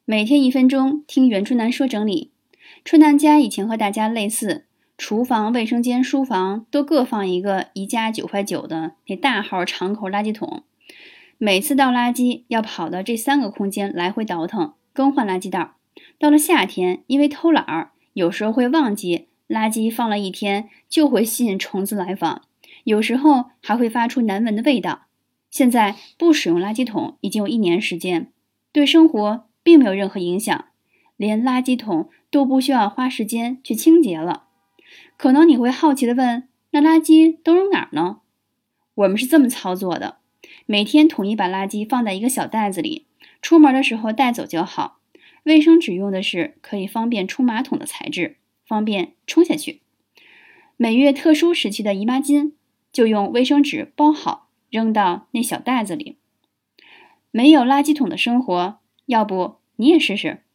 每天1分钟，听袁春楠说整理。春楠家以前和大家类似，厨房、卫生间、书房都各放一个宜家9.9块的那大号长口垃圾桶。每次倒垃圾要跑到这3个空间来回倒腾，更换垃圾袋。到了夏天，因为偷懒儿，有时候会忘记垃圾放了1天，就会吸引虫子来访，有时候还会发出难闻的味道。现在不使用垃圾桶已经有1年时间，对生活并没有任何影响，连垃圾桶都不需要花时间去清洁了。可能你会好奇地问，那垃圾都扔哪儿呢？我们是这么操作的，每天统一把垃圾放在一个小袋子里，出门的时候带走就好。卫生纸用的是可以方便冲马桶的材质，方便冲下去。每月特殊时期的姨妈巾，就用卫生纸包好，扔到那小袋子里。没有垃圾桶的生活，要不你也试试。